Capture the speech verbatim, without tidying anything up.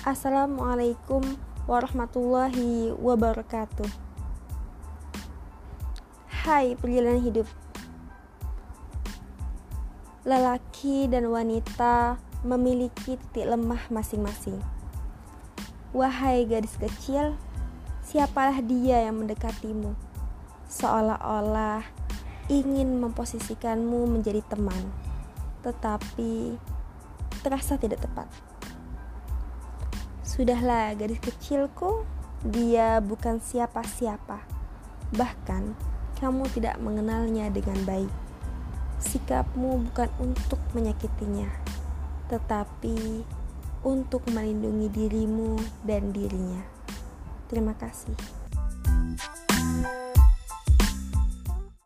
Assalamualaikum warahmatullahi wabarakatuh. Hai perjalanan hidup. Lelaki dan wanita memiliki titik lemah masing-masing. Wahai gadis kecil, siapalah dia yang mendekatimu, seolah-olah ingin memposisikanmu menjadi teman, tetapi terasa tidak tepat. Sudahlah gadis kecilku, dia bukan siapa-siapa. Bahkan kamu tidak mengenalnya dengan baik. Sikapmu bukan untuk menyakitinya, tetapi untuk melindungi dirimu dan dirinya. Terima kasih.